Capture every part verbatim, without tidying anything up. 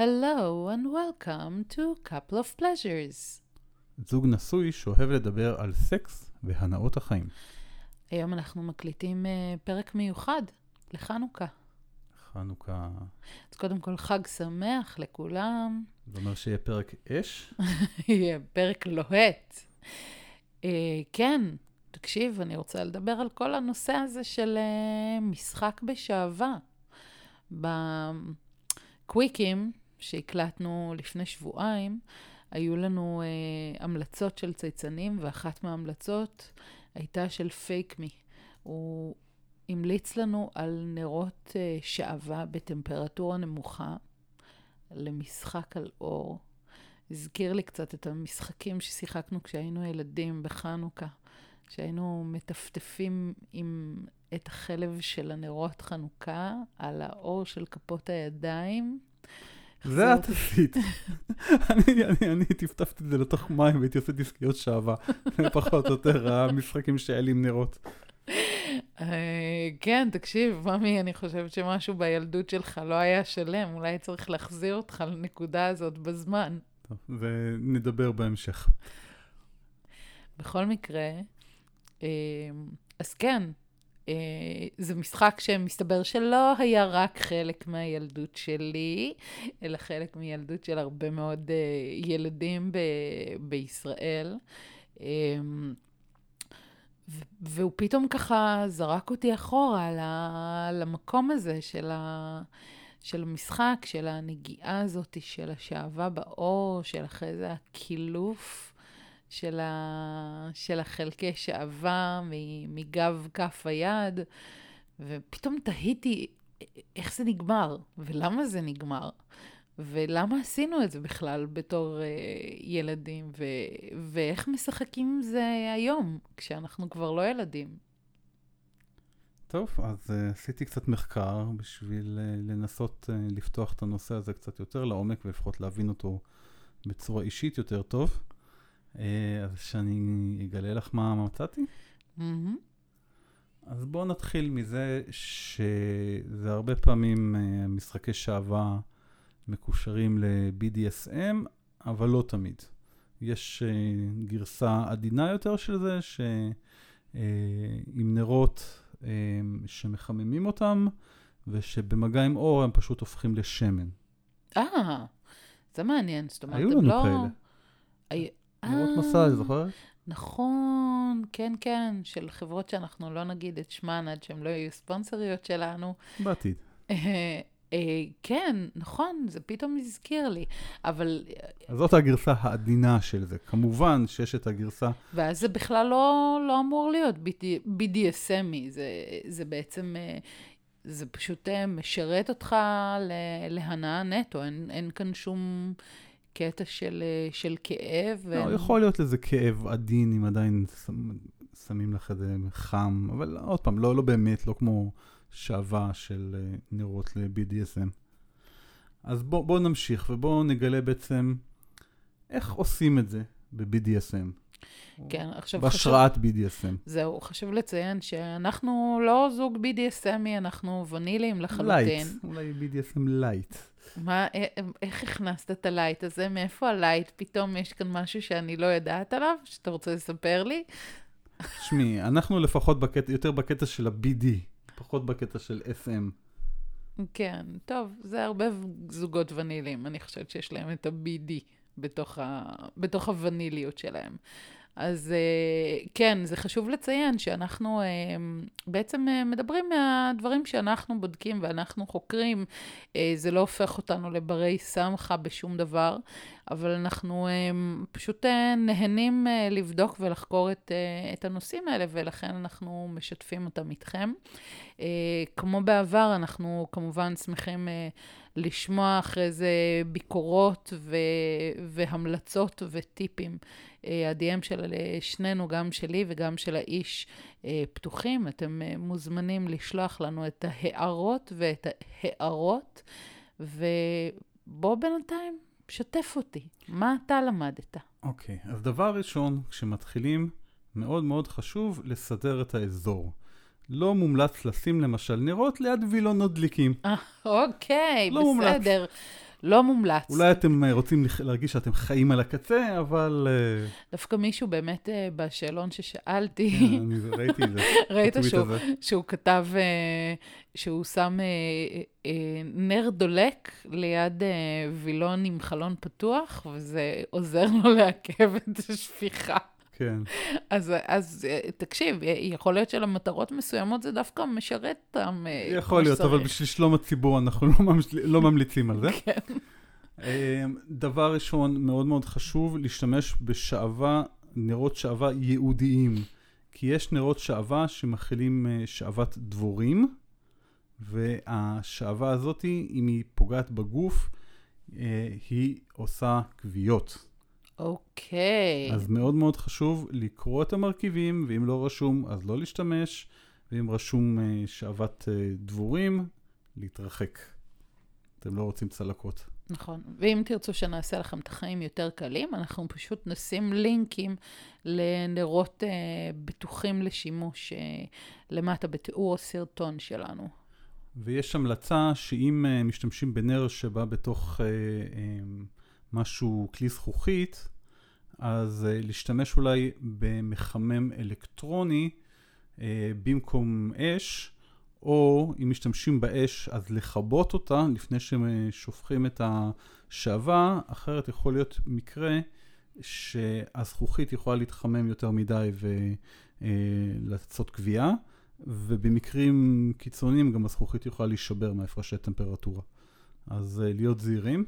Hello and welcome to Couple of Pleasures. זוג נשוי שאוהב לדבר על סקס והנאות החיים. היום אנחנו מקליטים uh, פרק מיוחד לחנוכה. חנוכה. אז קודם כל חג שמח לכולם. זה אומר שיהיה פרק אש? יהיה פרק לוהט. Uh, כן, תקשיב, אני רוצה לדבר על כל הנושא הזה של uh, משחק בשעווה. בקוויקים שהקלטנו לפני שבועיים, היו לנו uh, המלצות של צייצנים, ואחת מההמלצות הייתה של פייק מי. הוא המליץ לנו על נרות uh, שעווה בטמפרטורה נמוכה, למשחק על אור. הזכיר לי קצת את המשחקים ששיחקנו כשהיינו ילדים בחנוכה, שהיינו מטפטפים עם את החלב של הנרות חנוכה על האור של כפות הידיים. זה את עשית. אני טפטפתי את זה לתוך מים והייתי עושה דיסקיות שעווה. פחות או יותר המשחקים שאלה עם נרות. כן, תקשיב, ממי, אני חושבת שמשהו בילדות שלך לא היה שלם. אולי צריך להחזיר אותך לנקודה הזאת בזמן. טוב, ונדבר בהמשך. בכל מקרה, אז כן, זה משחק שמסתבר שלא היה רק חלק מהילדות שלי, אלא חלק מילדות של הרבה מאוד ילדים ב- בישראל. והוא פתאום ככה זרק אותי אחורה למקום הזה של, ה, של המשחק, של הנגיעה הזאת, של השעווה באור, של אחרי זה הקילוף של, ה, של החלקי שעווה מגב כף היד, ופתאום תהיתי איך זה נגמר, ולמה זה נגמר, ולמה עשינו את זה בכלל בתור uh, ילדים, ו- ואיך משחקים עם זה היום, כשאנחנו כבר לא ילדים. טוב, אז uh, עשיתי קצת מחקר בשביל uh, לנסות uh, לפתוח את הנושא הזה קצת יותר לעומק, ולפחות להבין אותו בצורה אישית יותר טוב. Uh, אז שאני אגלה לך מה מצאתי? Mm-hmm. אז בואו נתחיל מזה שזה הרבה פעמים uh, משחקי שעווה, מקושרים ל-בי די אס אם, אבל לא תמיד. יש uh, גרסה עדינה יותר של זה, שעם uh, נרות uh, שמחממים אותם, ושבמגע עם אור הם פשוט הופכים לשמן. אה, זה מעניין. זאת אומרת, היו לנו לא... כאלה. אי... נרות מסע, זוכרת? נכון, כן, כן, של חברות שאנחנו לא נגיד את שמן עד שהן לא יהיו ספונסריות שלנו. בעתיד. אה, כן, נכון, זה פתאום הזכיר לי, אבל... אז זאת הגרסה העדינה של זה. כמובן שיש את הגרסה... ואז זה בכלל לא, לא אמור להיות בי די אס אם-y, זה, זה בעצם, זה פשוט משרת אותך להנאה נטו, אין, אין כאן שום קטע של, של כאב. לא, ואין... יכול להיות לזה כאב עדין, אם עדיין שמים לך את זה חם, אבל עוד פעם, לא, לא באמת, לא כמו... שעווה של נרות ל-בי די אס אם. אז בוא, בוא נמשיך ובוא נגלה בעצם איך עושים את זה ב-בי די אס אם. כן, עכשיו בהשראת בי די אס אם. זהו, חשוב לציין שאנחנו לא זוג בי די אס אם-y, אנחנו ונילים לחלוטין. לייט, אולי בי די אס אם לייט. מה, איך הכנסת את הלייט הזה? מאיפה הלייט? פתאום יש כאן משהו שאני לא יודעת עליו, שאתה רוצה לספר לי? שמי, אנחנו לפחות בקטע, יותר בקטע של ה-בי די. פחות בקטע של אס אם. כן, טוב, זה הרבה זוגות ונילים. אני חושבת שיש להם את ה-בי די בתוך, ה... בתוך הווניליות שלהם. אז כן, זה חשוב לציין שאנחנו בעצם מדברים מהדברים שאנחנו בודקים ואנחנו חוקרים. זה לא הופך אותנו לברי שמחה בשום דבר, אבל אנחנו פשוט נהנים לבדוק ולחקור את, את הנושאים האלה, ולכן אנחנו משתפים אותם איתכם. כמו בעבר, אנחנו כמובן שמחים לשמוע אחרי זה ביקורות ו... והמלצות וטיפים. ה-די אם של שנינו, גם שלי וגם של האיש, פתוחים. אתם מוזמנים לשלוח לנו את ההערות ואת ההערות, ובוא בינתיים שתף אותי. מה אתה למדת? אוקיי, okay, אז דבר ראשון, כשמתחילים, מאוד מאוד חשוב לסדר את האזור. לא מומלץ לשים למשל נרות ליד וילונות דליקים. אוקיי, לא בסדר. מומלץ. לא מומלץ. אולי אתם רוצים להרגיש שאתם חיים על הקצה, אבל... דווקא מישהו באמת בשאלון ששאלתי, כן, אני ראיתי את זה. ראית שהוא, שהוא כתב, שהוא שם נר דולק ליד וילון עם חלון פתוח, וזה עוזר לו לעכב את השפיכה. כן. אז, אז תקשיב, יכול להיות שלמטרות מסוימות זה דווקא משרת אותם. יכול להיות, אבל בשביל שלום הציבור אנחנו לא, ממש, לא ממליצים על זה. כן. דבר ראשון, מאוד מאוד חשוב, להשתמש בשעווה, נרות שעווה ייעודיים. כי יש נרות שעווה שמכילים שעוות דבורים, והשעווה הזאת, אם היא פוגעת בגוף, היא עושה כוויות. אוקיי. אז מאוד מאוד חשוב לקרוא את המרכיבים, ואם לא רשום, אז לא להשתמש, ואם רשום שעוות דבורים, להתרחק. אתם לא רוצים צלקות. נכון. ואם תרצו שנעשה לכם את החיים יותר קלים, אנחנו פשוט נשים לינקים לנרות אה, בטוחים לשימוש אה, למטה בתיאור הסרטון שלנו. ויש המלצה שאם אה, משתמשים בנר שבא בתוך אה, אה, משהו, כלי זכוכית, אז אה, להשתמש אולי במחמם אלקטרוני אה, במקום אש, או אם משתמשים באש, אז לחבות אותה לפני ששופכים את השעווה, אחרת יכול להיות מקרה שהזכוכית יכולה להתחמם יותר מדי ולעשות קביעה, ובמקרים קיצוניים גם הזכוכית יכולה להישבר מהפרשי טמפרטורה. אז להיות זהירים.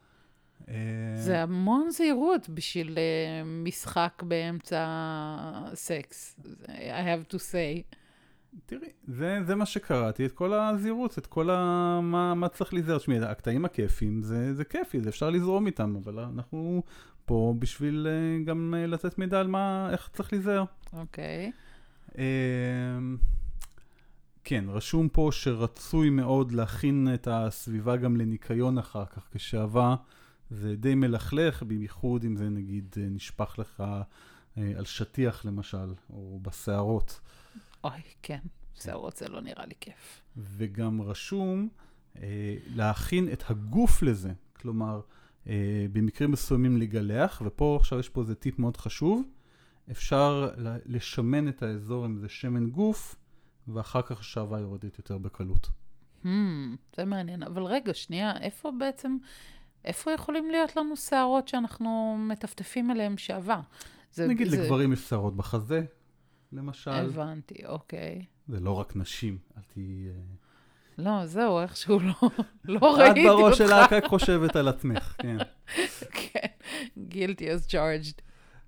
זה המון זהירות בשביל משחק באמצע סקס. I have to say. תראי, זה, זה מה שקראתי, את כל הזהירות, את כל ה... מה, מה צריך להיזהר. שמי, הקטעים הכיפים, זה, זה כיפי, זה אפשר לזרום איתם, אבל אנחנו פה בשביל גם לתת מידע על מה, איך צריך להיזהר. אוקיי. Okay. כן, רשום פה שרצוי מאוד להכין את הסביבה גם לניקיון אחר כך, כשעווה זה די מלכלך, בייחוד אם זה נגיד נשפך לך על שטיח למשל, או בשערות. אוי, כן, שערות זה לא נראה לי כיף. וגם רשום אה, להכין את הגוף לזה, כלומר, אה, במקרים מסוימים לגלח, ופה עכשיו יש פה איזה טיפ מאוד חשוב, אפשר לשמן את האזור עם זה שמן גוף, ואחר כך השעווה יורדת יותר בקלות. Hmm, זה מעניין, אבל רגע, שנייה, איפה בעצם, איפה יכולים להיות לנו שערות שאנחנו מטפטפים עליהם שעווה? זה, נגיד זה... לגברים יש שערות בחזה, למשל. הבנתי, אוקיי. זה לא רק נשים, אל תהי... לא, זהו, איכשהו לא, לא ראיתי אותך. את בראש שלך רק חושבת על עצמך, כן. כן, guilty as charged.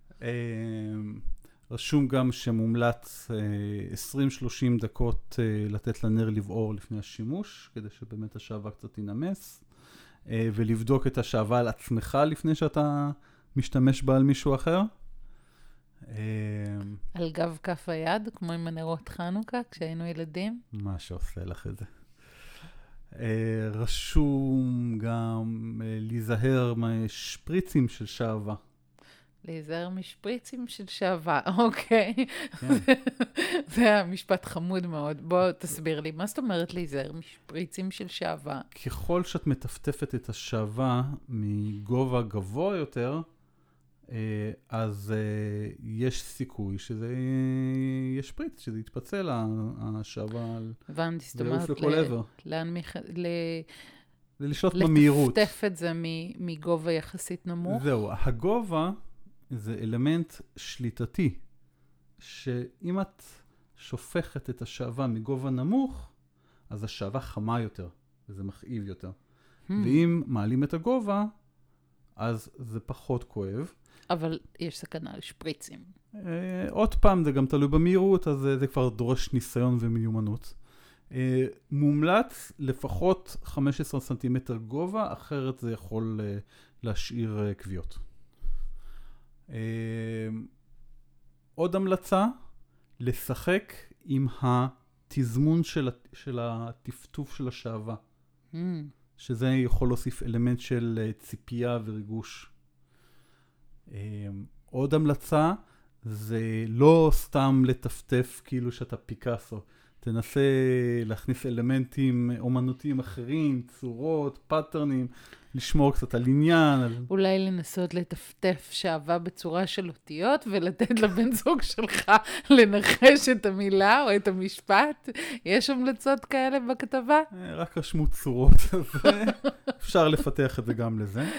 רשום גם שמומלץ עשרים שלושים דקות לתת לנר לבעור לפני השימוש, כדי שבאמת השעווה קצת ינמס, ולבדוק את השעווה על עצמך לפני שאתה משתמש בה על מישהו אחר. על גב כף היד, כמו עם הנרות חנוכה, כשהיינו ילדים. מה שעושה לך את זה. רשום גם להיזהר מהשפריצים של שעווה. להיזהר משפריצים של שעווה, אוקיי. זה המשפט חמוד מאוד. בוא תסביר לי, מה זאת אומרת להיזהר משפריצים של שעווה? ככל שאת מטפטפת את השעווה מגובה גבוה יותר, אז יש סיכוי שזה יש פריץ, שזה יתפצל השעווה ויעוף לכל עבר. להנמיך, לשלוט במהירות. לטפטף את זה מגובה יחסית נמוך. זהו, הגובה זה אלמנט שליטתי, שאם את שופכת את השעווה מגובה נמוך, אז השעווה חמה יותר, וזה מכאיב יותר. Hmm. ואם מעלים את הגובה, אז זה פחות כואב. אבל יש סכנה לשפריצים. אה, עוד פעם, זה גם תלוי במהירות, אז זה, זה כבר דורש ניסיון ומיומנות. אה, מומלץ לפחות חמישה עשר סנטימטר גובה, אחרת זה יכול אה, להשאיר אה, כוויות. אה, עוד המלצה, לשחק עם התזמון של, של הטפטוף של השעווה. Mm. שזה יכול להוסיף אלמנט של ציפייה וריגוש. עוד המלצה, זה לא סתם לטפטף כאילו שאתה פיקאסו. תנסה להכניס אלמנטים אומנותיים אחרים, צורות, פאטרנים, לשמור קצת על עניין. על... אולי לנסות לטפטף שעבה בצורה של אותיות, ולתת לבן זוג שלך לנחש את המילה או את המשפט. יש המלצות כאלה בכתבה? רק רשמו צורות, אז אפשר לפתח את זה גם לזה.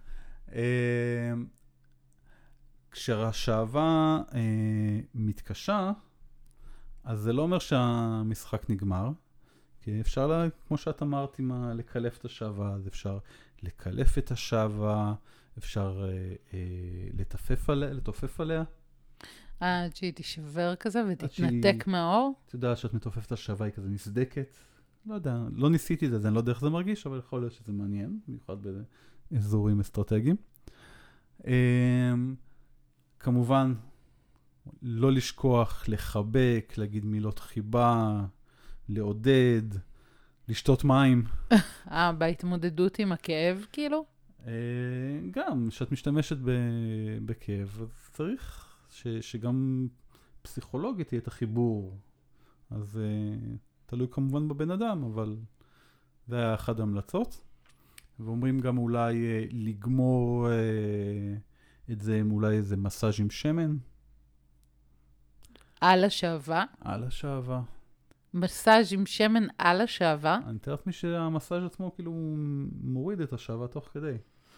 כשהשעבה מתקשה, אז זה לא אומר שהמשחק נגמר, כי אפשר, לה, כמו שאת אמרת, לקלף את השעבה, אז אפשר לקלף את השעבה, אפשר אה, אה, לתופף עליה, לתופף עליה. עד שהיא תישבר כזה ותתנתק מהאור? אתה יודע שאת מתופפת את השעבה, היא כזה נסדקת. לא יודע, לא ניסיתי את זה, אז אני לא יודע איך זה מרגיש, אבל יכול להיות שזה מעניין, במיוחד באזורים אסטרטגיים. אה, כמובן, לא לשכוח, לחבק, להגיד מילות חיבה, לעודד, לשתות מים. אה, בהתמודדות עם הכאב, כאילו? גם, כשאת משתמשת בכאב, אז צריך שגם פסיכולוגית יהיה את החיבור. אז תלוי כמובן בבן אדם, אבל זה היה אחד ההמלצות. ואומרים גם אולי לגמור את זה עם אולי איזה מסאז' עם שמן. על השעבה? על השעבה. מסאז' עם שמן על השעבה? אני מתאר לעצמי שהמסאז' עצמו כאילו מוריד את השעבה תוך כדי.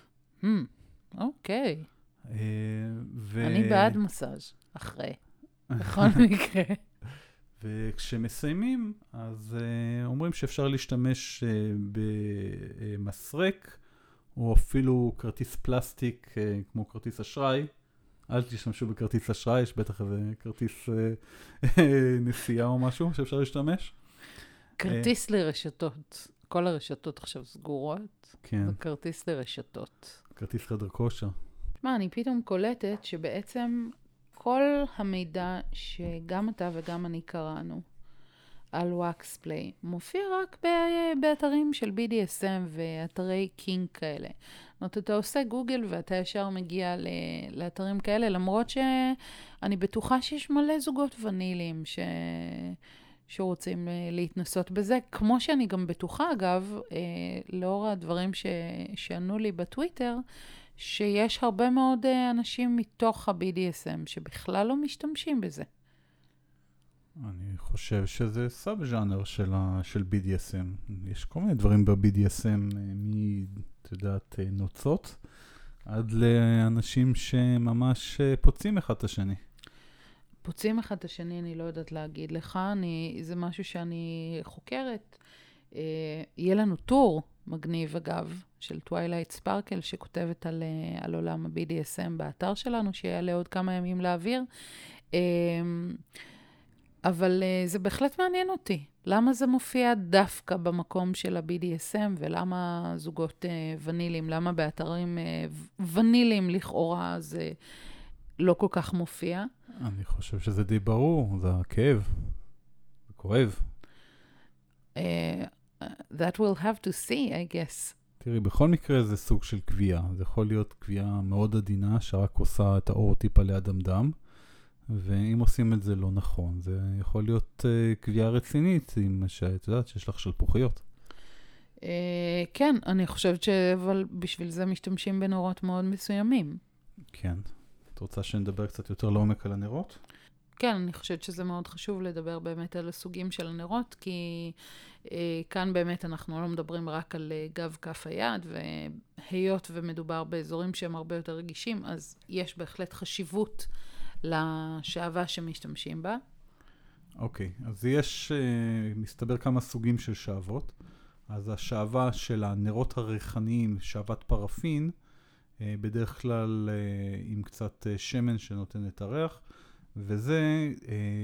אוקיי. אני בעד מסאז' אחרי. בכל מקרה. וכשמסיימים, אז אומרים שאפשר להשתמש במסרק, או אפילו כרטיס פלסטיק כמו כרטיס אשראי. אל תשתמשו בכרטיס אשראי, יש בטח איזה כרטיס נסיעה או משהו שאפשר להשתמש. כרטיס לרשתות. כל הרשתות עכשיו סגורות. כן. זה כרטיס לרשתות. כרטיס חדר כושר. תשמע, אני פתאום קולטת שבעצם כל המידע שגם אתה וגם אני קראנו על וואקספליי מופיע רק באתרים של בי די אס אם ואתרי קינג כאלה. זאת אומרת, אתה עושה גוגל ואתה ישר מגיע לאתרים כאלה, למרות שאני בטוחה שיש מלא זוגות ונילים ש... שרוצים להתנסות בזה, כמו שאני גם בטוחה, אגב, לאור הדברים ש... שענו לי בטוויטר, שיש הרבה מאוד אנשים מתוך ה-בי די אס אם שבכלל לא משתמשים בזה. אני חושב שזה סאב-ז'אנר של, ה... של בי די אס אם. יש כל מיני דברים ב-בי די אס אם, מי, אתה יודעת, נוצות, עד לאנשים שממש פוצעים אחד את השני. פוצעים אחד את השני, אני לא יודעת להגיד לך, אני, זה משהו שאני חוקרת. אה, יהיה לנו טור מגניב, אגב, של טווילייט ספארקל, שכותבת על, על עולם ה-בי די אס אם באתר שלנו, שיעלה עוד כמה ימים להעביר. אה, אבל אה, זה בהחלט מעניין אותי. למה זה מופיע דווקא במקום של ה-בי די אס אם, ולמה זוגות אה, ונילים, למה באתרים אה, ונילים לכאורה זה לא כל כך מופיע? אני חושב שזה די ברור, זה הכאב, זה כואב. Uh, that we'll have to see, I guess. תראי, בכל מקרה זה סוג של קביעה. זה יכול להיות קביעה מאוד עדינה, שרק עושה את האור טיפה ליד המדם, ואם עושים את זה לא נכון, זה יכול להיות uh, קביעה רצינית, אם שאת יודעת שיש לך שלפוחיות. Uh, כן, אני חושבת אבל בשביל זה משתמשים בנורות מאוד מסוימים. כן. את רוצה שנדבר קצת יותר לעומק על הנרות? כן, אני חושבת שזה מאוד חשוב לדבר באמת על הסוגים של הנרות, כי אה, כאן באמת אנחנו לא מדברים רק על אה, גב כף היד, והיות ומדובר באזורים שהם הרבה יותר רגישים, אז יש בהחלט חשיבות לשעבה שמשתמשים בה. אוקיי, אז יש, אה, מסתבר כמה סוגים של שעבות. אז השעבה של הנרות הריחניים, שעבת פרפין, בדרך כלל עם קצת שמן שנותן את הריח, וזה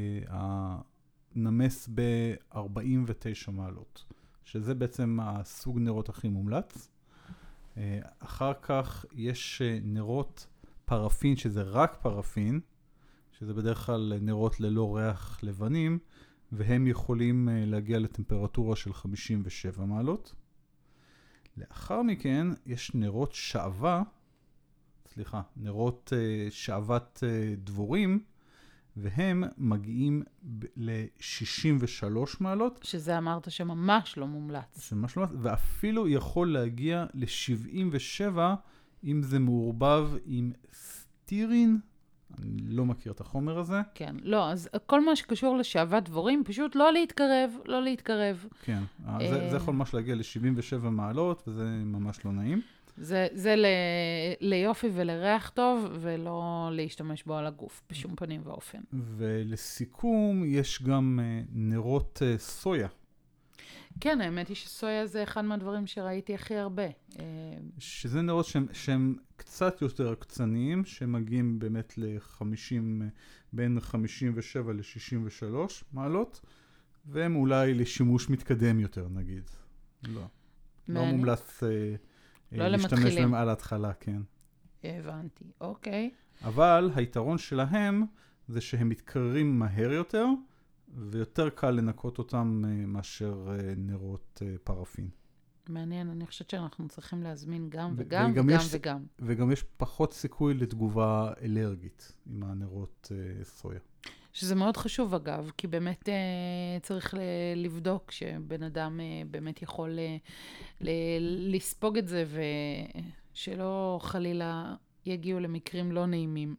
נמס ב-ארבעים ותשע מעלות, שזה בעצם הסוג נרות הכי מומלץ. אחר כך יש נרות פרפין, שזה רק פרפין, שזה בדרך כלל נרות ללא ריח לבנים, והם יכולים להגיע לטמפרטורה של חמישים ושבע מעלות. לאחר מכן יש נרות שעבה, סליחה, נרות uh, שעבת uh, דבורים, והם מגיעים ל-שישים ושלוש מעלות. שזה אמרת שממש לא מומלץ. שממש לא מומלץ, ואפילו יכול להגיע ל-שבעים ושבע, אם זה מעורבב עם סטירין. אני לא מכיר את החומר הזה. כן, לא, אז כל מה שקשור לשעבת דבורים, פשוט לא להתקרב, לא להתקרב. כן, זה, זה יכול ממש להגיע ל-שבעים ושבע מעלות, וזה ממש לא נעים. זה, זה ל, ליופי ולריח טוב, ולא להשתמש בו על הגוף, בשום פנים ואופן. ולסיכום, יש גם נרות סויה. כן, האמת היא שסויה זה אחד מהדברים שראיתי הכי הרבה. שזה נרות שהם, שהם קצת יותר קצניים, שמגיעים באמת ל-חמישים, בין חמישים ושבע ל-שישים ושלוש מעלות, והם אולי לשימוש מתקדם יותר, נגיד. לא. לא מומלץ לא להשתמש בהם על ההתחלה, כן. הבנתי, אוקיי. אבל היתרון שלהם זה שהם מתקררים מהר יותר, ויותר קל לנקות אותם מאשר נרות פרפין. מעניין, אני חושבת שאנחנו צריכים להזמין גם וגם וגם וגם יש, וגם. וגם יש פחות סיכוי לתגובה אלרגית עם הנרות סויה. שזה מאוד חשוב אגב, כי באמת צריך לבדוק שבן אדם באמת יכול לספוג את זה, ושלא חלילה יגיעו למקרים לא נעימים.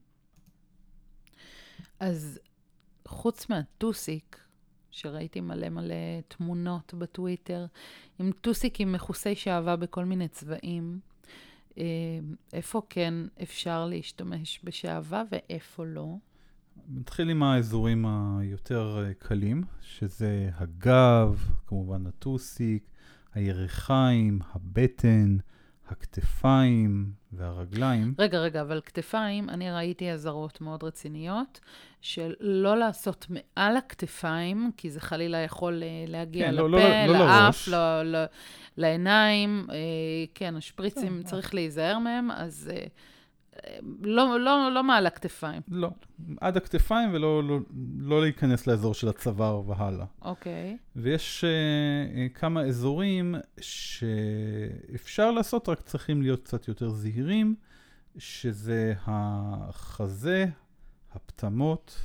אז חוץ מהטוסיק, שראיתי מלא מלא תמונות בטוויטר, עם טוסיקים מחוסי שעבה בכל מיני צבעים, איפה כן אפשר להשתמש בשעבה ואיפה לא? נתחיל עם האזורים היותר קלים, שזה הגב, כמובן הטוסיק, הירכיים, הבטן, הכתפיים והרגליים. רגע, רגע, אבל כתפיים, אני ראיתי אזהרות מאוד רציניות, של לא לעשות מעל הכתפיים, כי זה חלילה יכול להגיע כן, לפה, לא, לא, לא לאף, לראש. לא, לא, לעיניים. כן, השפריצים צריך להיזהר מהם, אז לא, לא, לא מעל הכתפיים. לא, עד הכתפיים ולא לא, לא להיכנס לאזור של הצוואר והלאה. אוקיי. ויש uh, כמה אזורים שאפשר לעשות, רק צריכים להיות קצת יותר זהירים, שזה החזה, הפטמות,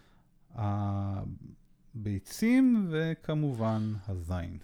הביצים וכמובן הזין.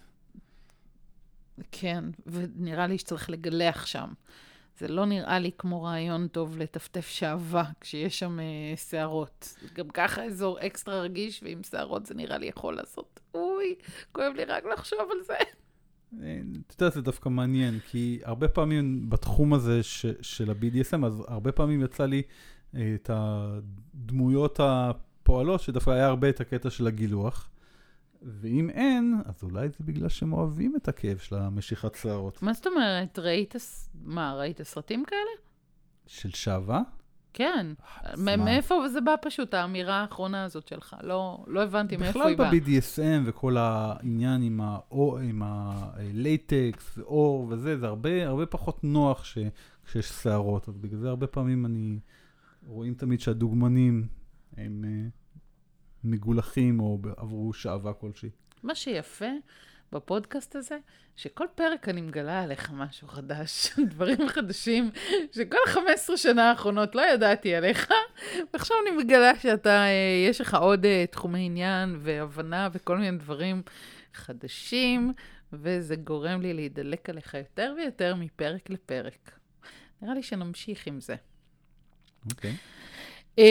כן, ונראה לי שצריך לגלח שם. זה לא נראה לי כמו רעיון טוב לטפטף שעבה כשיש שם אה, שערות. גם ככה אזור אקסטרה רגיש, ועם שערות זה נראה לי יכול לעשות. אוי, כואב לי רק לחשוב על זה. אתה יודע, זה דווקא מעניין, כי הרבה פעמים בתחום הזה ש, של ה-בי די אס אם, אז הרבה פעמים יצא לי אה, את הדמויות הפועלות, שדווקא היה הרבה את הקטע של הגילוח. ואם אין, אז אולי זה בגלל שהם אוהבים את הכאב של המשיכת שערות. מה זאת אומרת? ראית, מה, ראית סרטים כאלה? של שעבה? כן. מאיפה זה בא פשוט, האמירה האחרונה הזאת שלך? לא, לא הבנתי מאיפה היא באה. בכלל ב-בי די אס אם וכל העניין עם, האור, עם הלייטקס ואור וזה, זה הרבה, הרבה פחות נוח ש, כשיש שערות. אז בגלל זה הרבה פעמים אני רואים תמיד שהדוגמנים הם מגולחים או עברו שעבה כלשהי. מה שיפה בפודקאסט הזה, שכל פרק אני מגלה עליך משהו חדש, דברים חדשים, שכל חמש עשרה שנה האחרונות לא ידעתי עליך, ועכשיו אני מגלה שאתה, יש לך עוד תחומי עניין והבנה וכל מיני דברים חדשים, וזה גורם לי להידלק עליך יותר ויותר מפרק לפרק. נראה לי שנמשיך עם זה. אוקיי. Okay.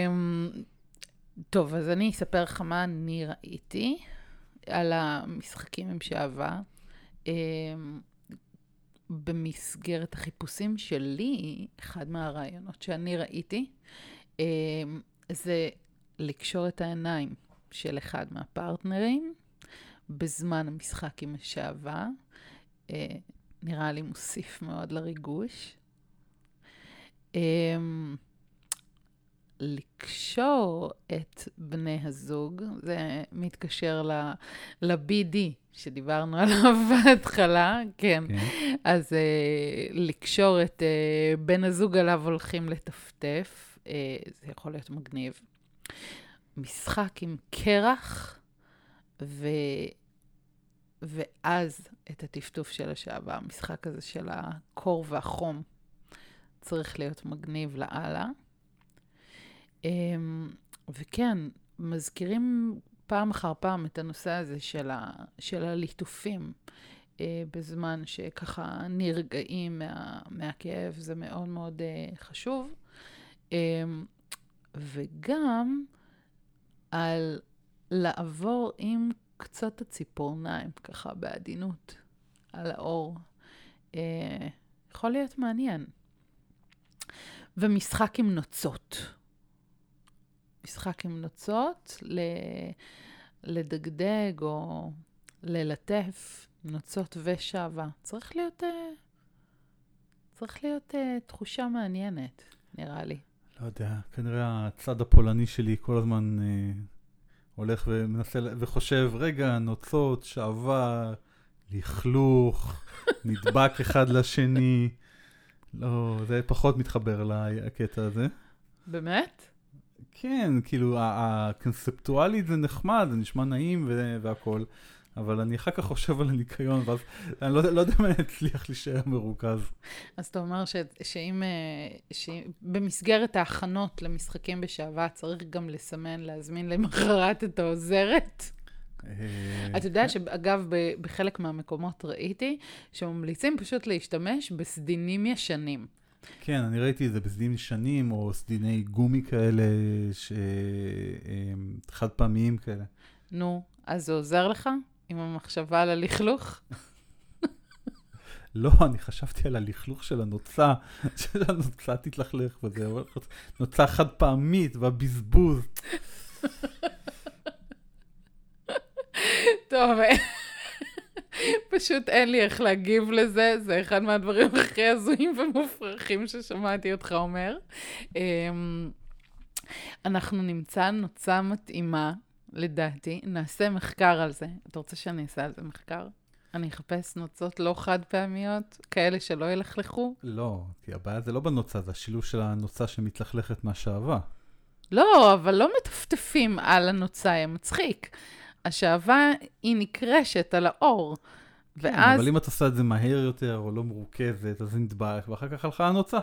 טוב, אז אני אספר לך מה אני ראיתי על המשחקים עם שעבה. במסגרת החיפושים שלי, אחד מהרעיונות שאני ראיתי, זה לקשור את העיניים של אחד מהפרטנרים בזמן המשחק עם השעבה. נראה לי מוסיף מאוד לריגוש. לקשור את בני הזוג, זה מתקשר ל-בי די שדיברנו עליו בהתחלה, כן. כן. אז uh, לקשור את uh, בן הזוג עליו הולכים לטפטף, uh, זה יכול להיות מגניב. משחק עם קרח, ו... ואז את הטפטוף של השעבה, המשחק הזה של הקור והחום, צריך להיות מגניב לעלה. וכן, מזכירים פעם אחר פעם את הנושא הזה של, ה, של הליטופים, אה, בזמן שככה נרגעים מה, מהכאב, זה מאוד מאוד אה, חשוב. אה, וגם על לעבור עם קצת הציפורניים, ככה בעדינות, על האור. אה, יכול להיות מעניין. ומשחק עם נוצות. משחק עם נוצות, ל... לדגדג או ללטף, נוצות ושעווה. צריך להיות, צריך להיות תחושה מעניינת, נראה לי. לא יודע, כנראה הצד הפולני שלי כל הזמן אה, הולך ומנסה וחושב, רגע, נוצות, שעווה, לכלוך, נדבק אחד לשני. לא, זה פחות מתחבר לקטע הזה. באמת? כן, כאילו, הקונספטואלית זה נחמד, זה נשמע נעים והכל, אבל אני אחר כך חושב על הניקיון, ואז אני לא, לא יודע מה אצליח להישאר מרוכז. אז אתה אומר ש, שאם, במסגרת ההכנות למשחקים בשעווה, צריך גם לסמן, להזמין למחרת את העוזרת? אתה יודע שאגב, בחלק מהמקומות ראיתי, שממליצים פשוט להשתמש בסדינים ישנים. כן, אני ראיתי את זה בסדינים ישנים, או סדיני גומי כאלה, חד פעמיים כאלה. נו, אז זה עוזר לך עם המחשבה על הלכלוך? לא, אני חשבתי על הלכלוך של הנוצה, שהנוצה תתלכלך, וזה נוצה חד פעמית, והבזבוז. טוב, פשוט אין לי איך להגיב לזה, זה אחד מהדברים הכי הזויים ומופרכים ששמעתי אותך אומר. אנחנו נמצא נוצה מתאימה, לדעתי, נעשה מחקר על זה. אתה רוצה שאני אעשה על זה מחקר? אני אחפש נוצות לא חד פעמיות, כאלה שלא ילכלכו? לא, כי הבעיה זה לא בנוצה, זה השילוב של הנוצה שמתלכלכת מהשעווה. לא, אבל לא מטפטפים על הנוצה, היא מצחיק. השעווה היא נקרשת על האור. כן, ואז... אבל אם את עושה את זה מהר יותר או לא מרוכזת, אז זה נדבק, ואחר כך הלכה הנוצה.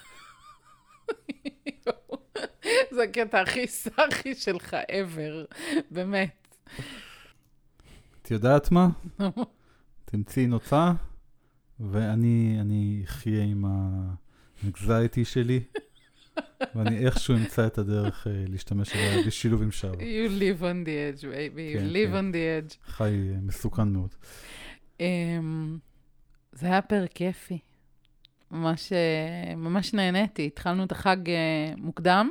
זה הקטע הכי סחי שלך ever, באמת. את יודעת מה? תמצאי נוצה, ואני אני אחיה עם האנקזייטי שלי, ואני איכשהו אמצא את הדרך להשתמש עליה בשילוב עם שעווה. You live on the edge, baby. You live on the edge. חי מסוכן מאוד. זה היה פרק כיפי. ממש, ממש נהניתי. התחלנו את החג מוקדם.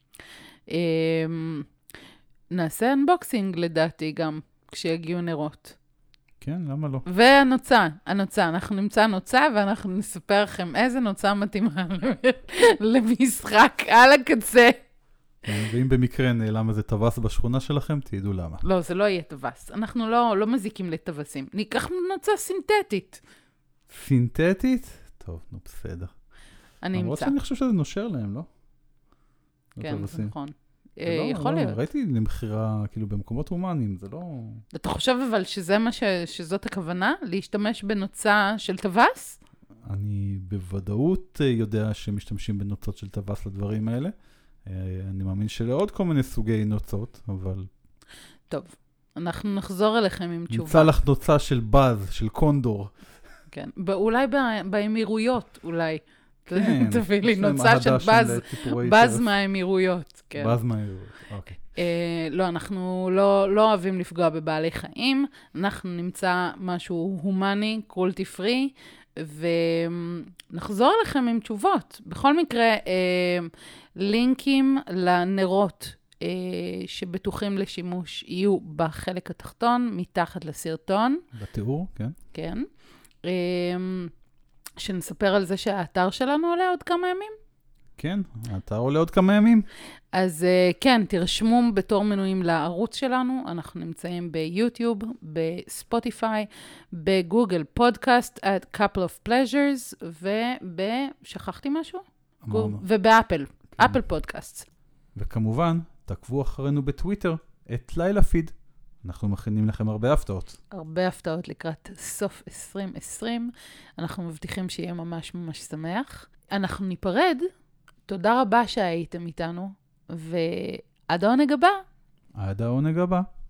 נעשה אנבוקסינג לדעתי גם, כשיגיעו נרות. כן, למה לא? והנוצה, הנוצה. אנחנו נמצא נוצה, ואנחנו נספר לכם איזה נוצה מתאימה למשחק על הקצה. ואם במקרה נעלם איזה טווס בשכונה שלכם, תדעו למה. לא, זה לא יהיה טווס. אנחנו לא, לא מזיקים לטווסים. ניקח נוצה סינתטית. סינתטית? טוב, נו בסדר. אני אמצא. למרות שאני חושב שזה נושר להם, לא? כן, זה נכון. לא, יכול לא, להיות. ראיתי למחירה, כאילו, במקומות הומניים, זה לא... אתה חושב אבל שזה מה ש... שזאת הכוונה? להשתמש בנוצה של טווס? אני בוודאות יודע שמשתמשים בנוצות של טווס לדברים האלה. אני מאמין שלעוד כל מיני סוגי נוצות, אבל... טוב, אנחנו נחזור אליכם עם תשובה. נמצא לך נוצה של בז, של קונדור. כן, אולי באמירויות, אולי. כן. תביא לי נוצה של בז, בז מהאמירויות. בז מהאמירויות, אוקיי. לא, אנחנו לא אוהבים לפגוע בבעלי חיים, אנחנו נמצא משהו הומני, קרולטי פרי, ונחזור אליכם עם תשובות. בכל מקרה, לינקים לנרות שבטוחים לשימוש יהיו בחלק התחתון, מתחת לסרטון. בתיאור, כן. כן. שנספר על זה שהאתר שלנו עולה עוד כמה ימים? כן, האתר עולה עוד כמה ימים. אז כן, תרשמו בתור מנויים לערוץ שלנו, אנחנו נמצאים ביוטיוב, בספוטיפיי, בגוגל פודקאסט, at couple of pleasures, ובשכחתי משהו? אמרנו. ובאפל, אפל פודקאסט. וכמובן, תעקבו אחרינו בטוויטר, את לילה פיד. אנחנו מכינים לכם הרבה הפתעות. הרבה הפתעות לקראת סוף עשרים עשרים. אנחנו מבטיחים שיהיה ממש ממש שמח. אנחנו ניפרד. תודה רבה שהייתם איתנו, ועד עד העונג הבא. עד העונג הבא.